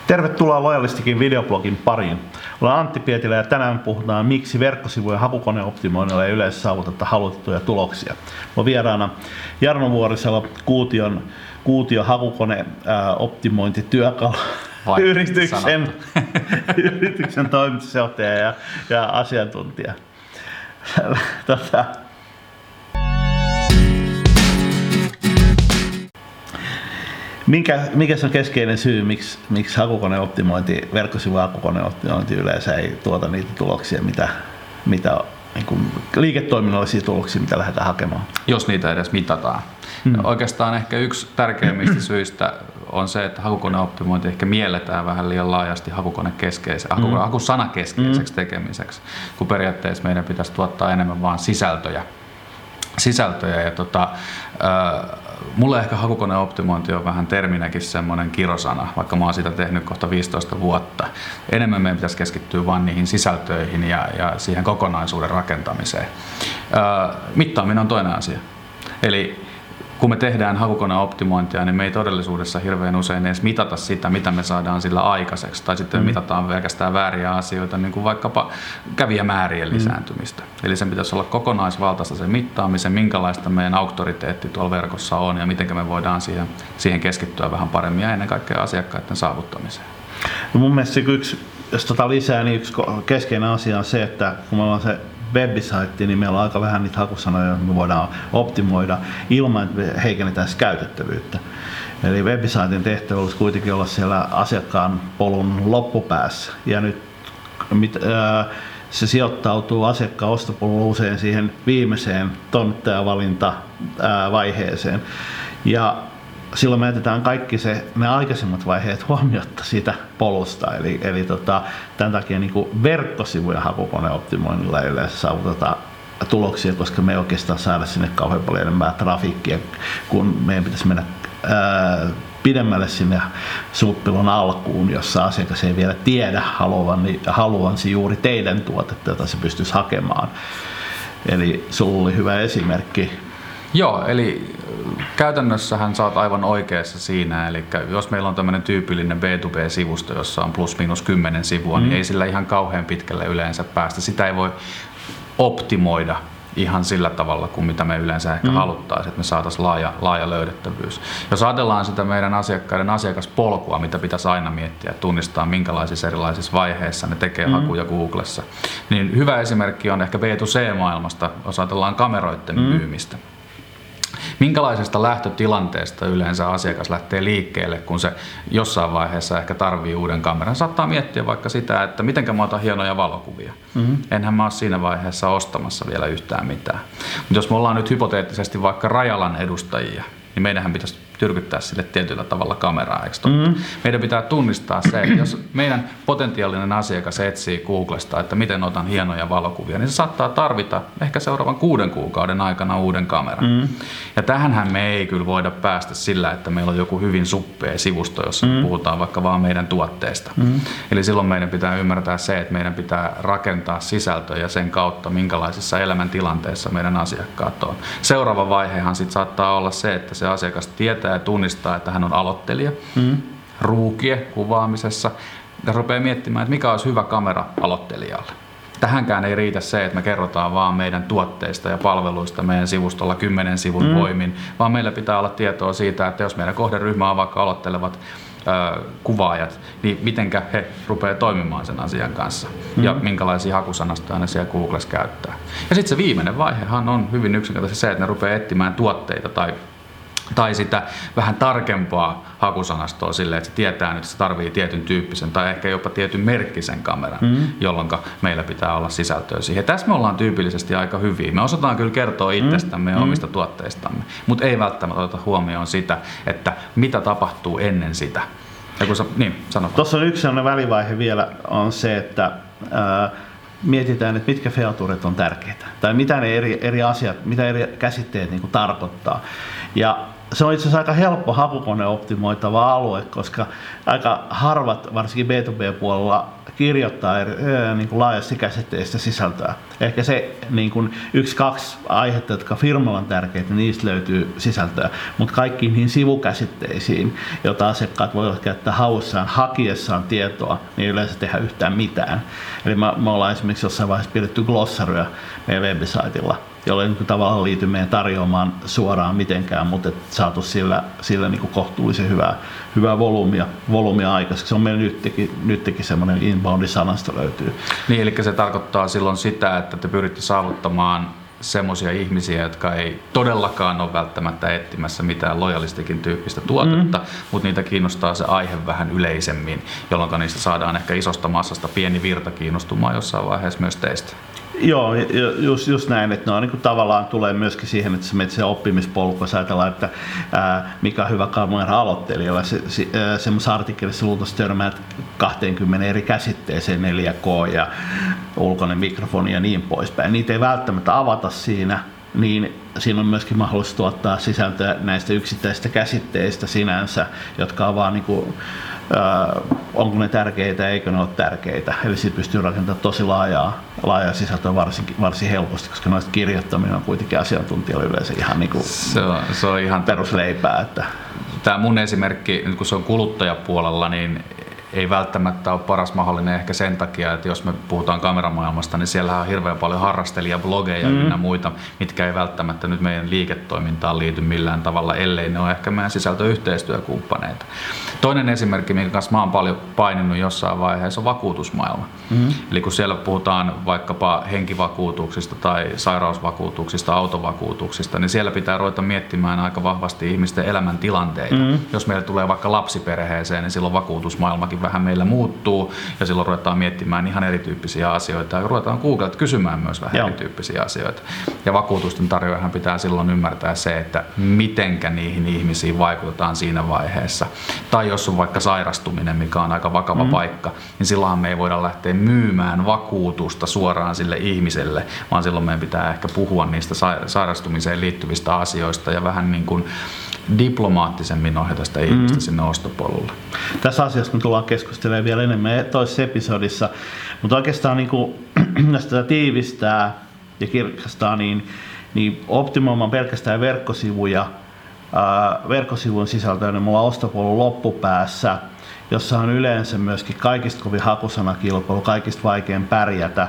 Tervetuloa Lojallistikin videoblogin pariin. Olen Antti Pietilä ja tänään puhutaan, miksi verkkosivujen hakukoneoptimoinnilla ei yleensä saavuteta halutettuja tuloksia. Olen vieraana Jarno Vuorisalo, Kuutio hakukoneoptimointityökalu yrityksen toimitusjohtaja ja asiantuntija. Mikä on keskeinen syy, miksi hakukoneoptimointi, verkkosivujen hakukoneoptimointi yleensä ei tuota niitä tuloksia, mitä niin kuin liiketoiminnallisia tuloksia, mitä lähdetään hakemaan? Jos niitä edes mitataan. Oikeastaan ehkä yksi tärkeimmistä syistä on se, että hakukoneoptimointi ehkä mielletään vähän liian laajasti hakusanakeskeiseksi tekemiseksi, kun periaatteessa meidän pitäisi tuottaa enemmän vaan sisältöjä. Mulle ehkä hakukoneoptimointi on vähän terminäkin semmoinen kirosana, vaikka mä oon sitä tehnyt kohta 15 vuotta. Enemmän meidän pitäisi keskittyä vaan niihin sisältöihin ja siihen kokonaisuuden rakentamiseen. Mittaaminen on toinen asia. Eli kun me tehdään hakukoneoptimointia, niin me ei todellisuudessa hirveän usein edes mitata sitä, mitä me saadaan sillä aikaiseksi. Tai sitten mitataan pelkästään vääriä asioita, niin kuin vaikkapa kävijämäärien lisääntymistä. Eli sen pitäisi olla kokonaisvaltaista se mittaamisen, minkälaista meidän auktoriteetti tuolla verkossa on ja miten me voidaan siihen keskittyä vähän paremmin ja ennen kaikkea asiakkaiden saavuttamiseen. No mun mielestä jos lisää, niin yksi keskeinen asia on se, että kun me ollaan se webisaitti, niin meillä on aika vähän niitä hakusanoja, joita me voidaan optimoida ilman, että me heikennetään käytettävyyttä. Eli webisaitin tehtävä olisi kuitenkin olla siellä asiakkaan polun loppupäässä. Ja nyt se sijoittautuu asiakkaan ostopolulla usein siihen viimeiseen toimittajavalintavaiheeseen. Ja silloin me jätetään kaikki ne aikaisemmat vaiheet huomiotta siitä polusta. Eli tämän takia niin kuin verkkosivujen hakukoneoptimoinnilla ei yleensä saavuteta tuloksia, koska me ei oikeastaan saada sinne kauhean paljon enemmän trafiikkia, kun meidän pitäisi mennä pidemmälle sinne suppilon alkuun, jossa asiakas ei vielä tiedä haluavansi juuri teidän tuotetta, jota se pystyisi hakemaan. Eli sulla oli hyvä esimerkki. Joo, eli käytännössähän sä oot aivan oikeassa siinä, eli jos meillä on tämmöinen tyypillinen B2B-sivusto, jossa on plus-minus 10 sivua, niin ei sillä ihan kauhean pitkälle yleensä päästä. Sitä ei voi optimoida ihan sillä tavalla kuin mitä me yleensä ehkä haluttaisiin, että me saataisiin laaja löydettävyys. Jos ajatellaan sitä meidän asiakkaiden asiakaspolkua, mitä pitäisi aina miettiä, tunnistaa minkälaisissa erilaisissa vaiheissa ne tekee hakuja Googlessa, niin hyvä esimerkki on ehkä B2C-maailmasta, jos ajatellaan kameroiden myymistä. Minkälaisesta lähtötilanteesta yleensä asiakas lähtee liikkeelle, kun se jossain vaiheessa ehkä tarvii uuden kameran? Saattaa miettiä vaikka sitä, että mitenkä mä otan hienoja valokuvia. Enhän mä ole siinä vaiheessa ostamassa vielä yhtään mitään. Mutta jos me ollaan nyt hypoteettisesti vaikka Rajalan edustajia, niin meidänhän pitäisi tyrkyttää sille tietyllä tavalla kameraa, eikö totta? Meidän pitää tunnistaa se, että jos meidän potentiaalinen asiakas etsii Googlesta, että miten otan hienoja valokuvia, niin se saattaa tarvita ehkä seuraavan 6 kuukauden aikana uuden kameran. Ja tähänhän me ei kyllä voida päästä sillä, että meillä on joku hyvin suppea sivusto, jossa puhutaan vaikka vaan meidän tuotteista. Eli silloin meidän pitää ymmärtää se, että meidän pitää rakentaa sisältöjä sen kautta, minkälaisissa elämäntilanteissa meidän asiakkaat on. Seuraava vaihehan sitten saattaa olla se, että se asiakas tietää ja tunnistaa, että hän on aloittelija, ruukie kuvaamisessa ja rupeaa miettimään, että mikä olisi hyvä kamera aloittelijalle. Tähänkään ei riitä se, että me kerrotaan vaan meidän tuotteista ja palveluista meidän sivustolla 10 sivun voimin, vaan meillä pitää olla tietoa siitä, että jos meidän kohderyhmä on vaikka aloittelevat kuvaajat, niin mitenkä he rupeaa toimimaan sen asian kanssa ja minkälaisia hakusanastoja ne siellä Googlessa käyttää. Ja sitten se viimeinen vaihehan on hyvin yksinkertaisesti se, että ne rupeaa etsimään tuotteita tai sitä vähän tarkempaa hakusanastoa silleen, että se tietää nyt, että se tarvii tietyn tyyppisen tai ehkä jopa tietyn merkkisen kameran, jolloin meillä pitää olla sisältöä siihen. Tässä me ollaan tyypillisesti aika hyviä. Me osataan kyllä kertoa itsestämme ja omista tuotteistamme, mutta ei välttämättä oteta huomioon sitä, että mitä tapahtuu ennen sitä. Ja kun sano. Tuossa on yksi sellainen välivaihe vielä, on se, että mietitään, että mitkä featuret on tärkeitä tai mitä ne eri asiat, mitä eri käsitteet niin kuin tarkoittaa. Ja se on itse asiassa aika helppo hakukoneoptimoitava alue, koska aika harvat, varsinkin B2B-puolella, kirjoittaa niin kuin laajasti käsitteistä sisältöä. Ehkä se niin kuin 1-2 aihetta, jotka firmalla on tärkeitä, niistä löytyy sisältöä, mutta kaikkiin niihin sivukäsitteisiin, joita asiakkaat voivat käyttää haussaan, hakiessaan tietoa, niin ei yleensä tehdä yhtään mitään. Eli me ollaan esimerkiksi jossain vaiheessa pidetty glossaryä meidän websitella, jolla ei niin tavallaan liity meidän tarjoamaan suoraan mitenkään, mutta saatu sillä niin kuin kohtuullisen hyvää volyymia aikaiseksi. Se on meillä nytkin semmoinen inbound-sanasto löytyy. Niin, eli se tarkoittaa silloin sitä, että te pyritte saavuttamaan semmoisia ihmisiä, jotka ei todellakaan ole välttämättä etsimässä mitään lojalistikin tyyppistä tuotetta, mutta niitä kiinnostaa se aihe vähän yleisemmin, jolloin niistä saadaan ehkä isosta massasta pieni virta kiinnostumaan jossain vaiheessa myös teistä. Joo, just näin, että ne niin tavallaan tulee myöskin siihen, että sä menet se oppimispolku, jos ajatellaan, että mikä on hyvä kamera-aloittelijalle. Semmoisessa artikkelissa luultavasti törmäät 20 eri käsitteeseen, 4K ja ulkoinen mikrofoni ja niin poispäin. Niitä ei välttämättä avata siinä, niin siinä on myöskin mahdollisuus tuottaa sisältöä näistä yksittäisistä käsitteistä sinänsä, jotka on vaan niin kuin, onko ne tärkeitä, eikö ne ole tärkeitä. Eli siitä pystyy rakentamaan tosi laajaa sisältöä varsin helposti, koska noista kirjoittaminen on kuitenkin asiantuntijalle yleensä ihan niin kuin se on ihan perusleipää. Että. Tämä mun esimerkki, kun se on kuluttajapuolella, niin ei välttämättä ole paras mahdollinen ehkä sen takia, että jos me puhutaan kameramaailmasta, niin siellä on hirveän paljon harrastelijablogeja ynnä muita, mitkä ei välttämättä nyt meidän liiketoimintaan liity millään tavalla, ellei ne ole ehkä meidän sisältöyhteistyökumppaneita. Toinen esimerkki, minkä kanssa mä oon paljon paininut jossain vaiheessa, on vakuutusmaailma. Eli kun siellä puhutaan vaikkapa henkivakuutuksista tai sairausvakuutuksista, autovakuutuksista, niin siellä pitää ruveta miettimään aika vahvasti ihmisten elämäntilanteita. Jos meillä tulee vaikka lapsiperheeseen, niin silloin vakuutusmaailmakin vähän meillä muuttuu ja silloin ruvetaan miettimään ihan erityyppisiä asioita ja ruvetaan Googlelta kysymään myös vähän erityyppisiä asioita. Ja vakuutusten tarjoajahan pitää silloin ymmärtää se, että mitenkä niihin ihmisiin vaikutetaan siinä vaiheessa. Tai jos on vaikka sairastuminen, mikä on aika vakava paikka, niin silloinhan me ei voida lähteä myymään vakuutusta suoraan sille ihmiselle, vaan silloin meidän pitää ehkä puhua niistä sairastumiseen liittyvistä asioista ja vähän niin kuin diplomaattisemmin ohjata sitä ihmistä sinne ostopolulle. Tässä asiassa me tullaan keskustelemaan vielä enemmän toisessa episodissa, mutta oikeastaan niin kuin, jos tätä tiivistää ja kirkastaa, niin optimoimaan pelkästään verkkosivun sisältöä, niin mulla on ostopolun loppupäässä, jossa on yleensä myöskin kaikista kovin hakusanakilpailu, kaikista vaikein pärjätä.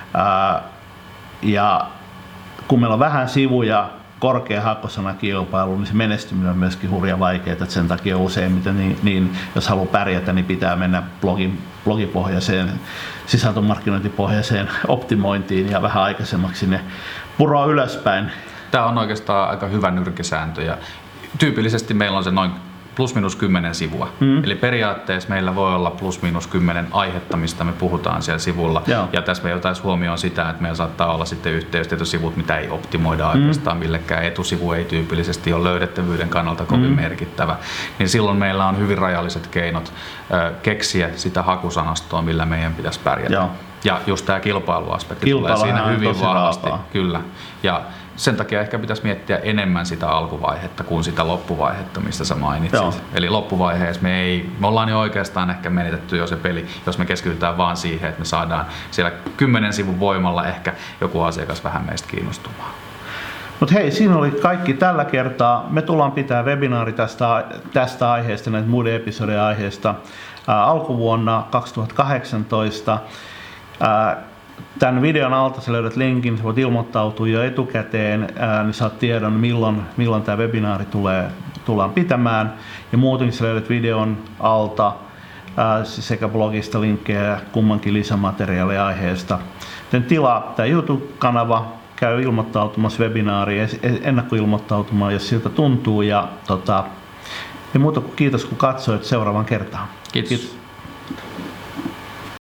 Ja kun meillä on vähän sivuja, korkea hakusanakilpailu, niin se menestyminen on myöskin hurja vaikeaa. Sen takia useimmiten, niin jos haluaa pärjätä, niin pitää mennä blogipohjaiseen, sisältömarkkinointipohjaiseen optimointiin ja vähän aikaisemmaksi sinne puroa ylöspäin. Tämä on oikeastaan aika hyvä nyrkkisääntö ja tyypillisesti meillä on se noin +-10 sivua. Eli periaatteessa meillä voi olla +-10 aihetta, mistä me puhutaan siellä sivulla. Ja tässä me otaisiin huomioon sitä, että meillä saattaa olla sitten yhteystietosivut, mitä ei optimoida oikeastaan millekään. Etusivu ei tyypillisesti ole löydettävyyden kannalta kovin merkittävä. Niin silloin meillä on hyvin rajalliset keinot keksiä sitä hakusanastoa, millä meidän pitäisi pärjätä. Ja just tämä kilpailuaspekti tulee siinä hyvin vahvasti. Kyllä. Ja sen takia ehkä pitäisi miettiä enemmän sitä alkuvaihetta kuin sitä loppuvaihetta, mistä sä mainitsit. Eli loppuvaiheessa me ollaan jo oikeastaan ehkä menetetty jo se peli, jos me keskitytään vaan siihen, että me saadaan siellä 10 sivun voimalla ehkä joku asiakas vähän meistä kiinnostumaan. Mutta hei, siinä oli kaikki tällä kertaa. Me tullaan pitää webinaari tästä aiheesta, näitä muiden episodien aiheesta alkuvuonna 2018. Tämän videon alta sä löydät linkin, sä voit ilmoittautua jo etukäteen, niin saat tiedon milloin tämä webinaari tullaan pitämään. Ja muutenkin sä löydät videon alta sekä blogista linkkejä kummankin lisämateriaalia aiheesta. Joten tilaa tämä YouTube-kanava, käy ilmoittautumassa webinaariin, ennakkoilmoittautumaan, jos siltä tuntuu. Ja muuta kuin kiitos kun katsoit, seuraavaan kertaan. Kiitos.